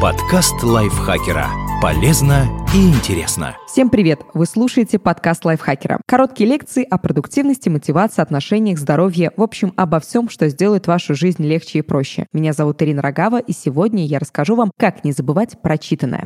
Подкаст лайфхакера. Полезно и интересно. Всем привет! Вы слушаете подкаст лайфхакера. Короткие лекции о продуктивности, мотивации, отношениях, здоровье, в общем, обо всем, что сделает вашу жизнь легче и проще. Меня зовут Ирина Рогава, и сегодня я расскажу вам, как не забывать прочитанное.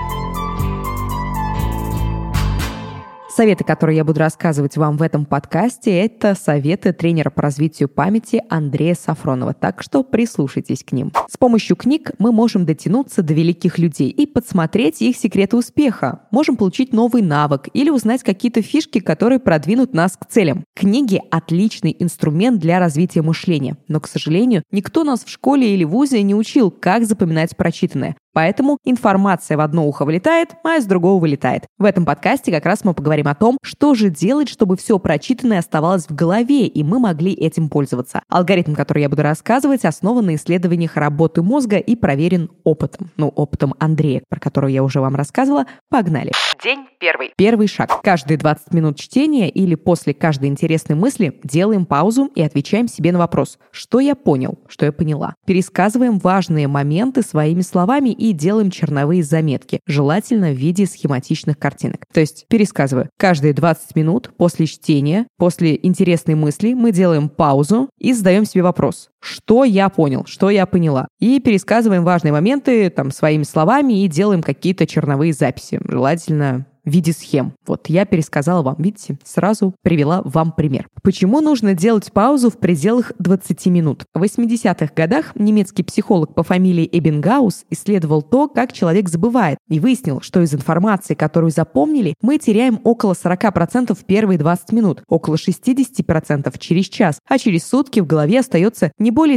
Советы, которые я буду рассказывать вам в этом подкасте, это советы тренера по развитию памяти Андрея Сафронова, так что прислушайтесь к ним. С помощью книг мы можем дотянуться до великих людей и подсмотреть их секреты успеха. Можем получить новый навык или узнать какие-то фишки, которые продвинут нас к целям. Книги – отличный инструмент для развития мышления, но, к сожалению, никто нас в школе или вузе не учил, как запоминать прочитанное. Поэтому информация в одно ухо влетает, а из другого вылетает. В этом подкасте как раз мы поговорим о том, что же делать, чтобы все прочитанное оставалось в голове, и мы могли этим пользоваться. Алгоритм, который я буду рассказывать, основан на исследованиях работы мозга и проверен опытом. Опытом Андрея, про которого я уже вам рассказывала. Погнали! День первый. Первый шаг. Каждые 20 минут чтения или после каждой интересной мысли делаем паузу и отвечаем себе на вопрос: что я понял, что я поняла. Пересказываем важные моменты своими словами и делаем черновые заметки, желательно в виде схематичных картинок. То есть, пересказываю, каждые 20 минут после чтения, после интересной мысли мы делаем паузу и задаем себе вопрос: что я понял, что я поняла. И пересказываем важные моменты своими словами и делаем какие-то черновые записи, желательно в виде схем. Вот я пересказала вам, видите, сразу привела вам пример. Почему нужно делать паузу в пределах 20 минут? В 80-х годах немецкий психолог по фамилии Эббингаус исследовал то, как человек забывает, и выяснил, что из информации, которую запомнили, мы теряем около 40% в первые 20 минут, около 60% через час, а через сутки в голове остается не более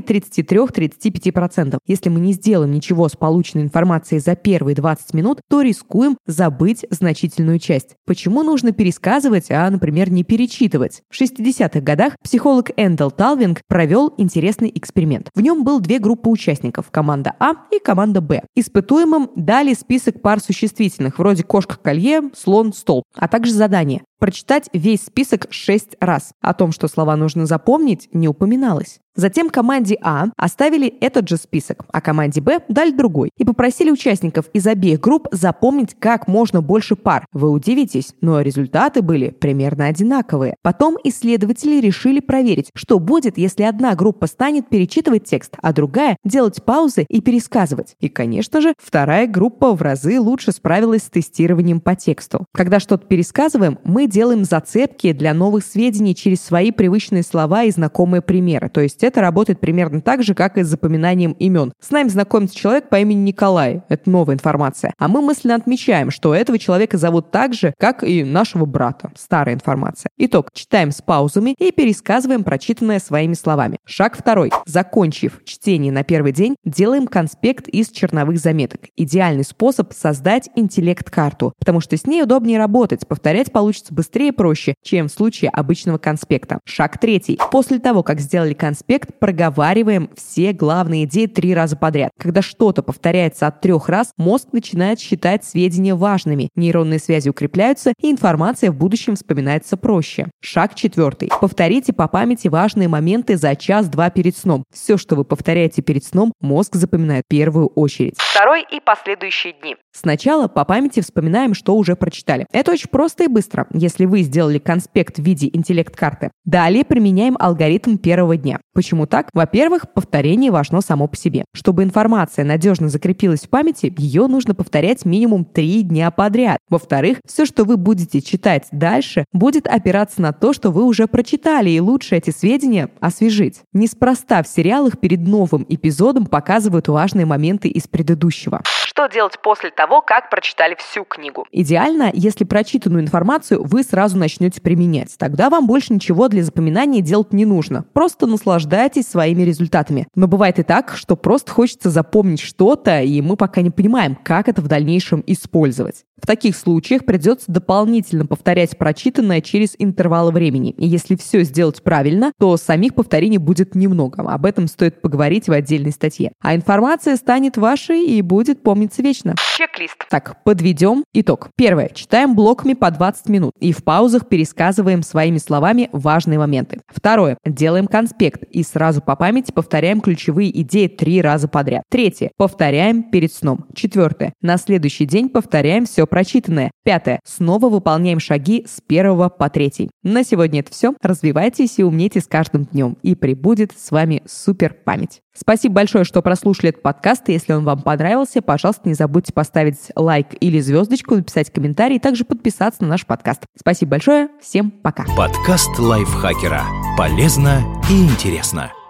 33-35%. Если мы не сделаем ничего с полученной информацией за первые 20 минут, то рискуем забыть значительную часть. Почему нужно пересказывать, а, например, не перечитывать? В 60-х годах психолог Эндел Талвинг провел интересный эксперимент. В нем был две группы участников – команда А и команда Б. Испытуемым дали список пар существительных, вроде кошка-колье, слон-столб, а также задание – прочитать весь список 6 раз. О том, что слова нужно запомнить, не упоминалось. Затем команде А оставили этот же список, а команде Б дали другой и попросили участников из обеих групп запомнить как можно больше пар. Вы удивитесь, но результаты были примерно одинаковые. Потом исследователи решили проверить, что будет, если одна группа станет перечитывать текст, а другая делать паузы и пересказывать. И, конечно же, вторая группа в разы лучше справилась с тестированием по тексту. Когда что-то пересказываем, мы делаем зацепки для новых сведений через свои привычные слова и знакомые примеры. То есть это работает примерно так же, как и с запоминанием имен. С нами знакомится человек по имени Николай. Это новая информация. А мы мысленно отмечаем, что этого человека зовут так же, как и нашего брата. Старая информация. Итог. Читаем с паузами и пересказываем прочитанное своими словами. Шаг второй. Закончив чтение на первый день, делаем конспект из черновых заметок. Идеальный способ создать интеллект-карту, потому что с ней удобнее работать. Повторять получится быстрее и проще, чем в случае обычного конспекта. Шаг третий. После того, как сделали конспект, проговариваем все главные идеи 3 раза подряд. Когда что-то повторяется от 3 раз, мозг начинает считать сведения важными, нейронные связи укрепляются, и информация в будущем вспоминается проще. Шаг четвертый. Повторите по памяти важные моменты за час-два перед сном. Все, что вы повторяете перед сном, мозг запоминает в первую очередь. Второй и последующие дни. Сначала по памяти вспоминаем, что уже прочитали. Это очень просто и быстро, если вы сделали конспект в виде интеллект-карты. Далее применяем алгоритм первого дня. Почему так? Во-первых, повторение важно само по себе. Чтобы информация надежно закрепилась в памяти, ее нужно повторять минимум 3 дня подряд. Во-вторых, все, что вы будете читать дальше, будет опираться на то, что вы уже прочитали, и лучше эти сведения освежить. Неспроста в сериалах перед новым эпизодом показывают важные моменты из предыдущего. Что делать после того, как прочитали всю книгу? Идеально, если прочитанную информацию вы сразу начнете применять. Тогда вам больше ничего для запоминания делать не нужно. Просто наслаждайтесь своими результатами. Но бывает и так, что просто хочется запомнить что-то, и мы пока не понимаем, как это в дальнейшем использовать. В таких случаях придется дополнительно повторять прочитанное через интервалы времени. И если все сделать правильно, то самих повторений будет немного. Об этом стоит поговорить в отдельной статье. А информация станет вашей и будет помниться помнится вечно. Чек-лист. Так, подведем итог. Первое. Читаем блоками по 20 минут и в паузах пересказываем своими словами важные моменты. Второе. Делаем конспект и сразу по памяти повторяем ключевые идеи 3 раза подряд. Третье. Повторяем перед сном. Четвертое. На следующий день повторяем все прочитанное. Пятое. Снова выполняем шаги с 1 по 3. На сегодня это все. Развивайтесь и умнейте с каждым днем. И пребудет с вами супер память. Спасибо большое, что прослушали этот подкаст. И если он вам понравился, пожалуйста, не забудьте поставить лайк или звездочку, написать комментарий и также подписаться на наш подкаст. Спасибо большое. Всем пока. Подкаст лайфхакера. Полезно и интересно.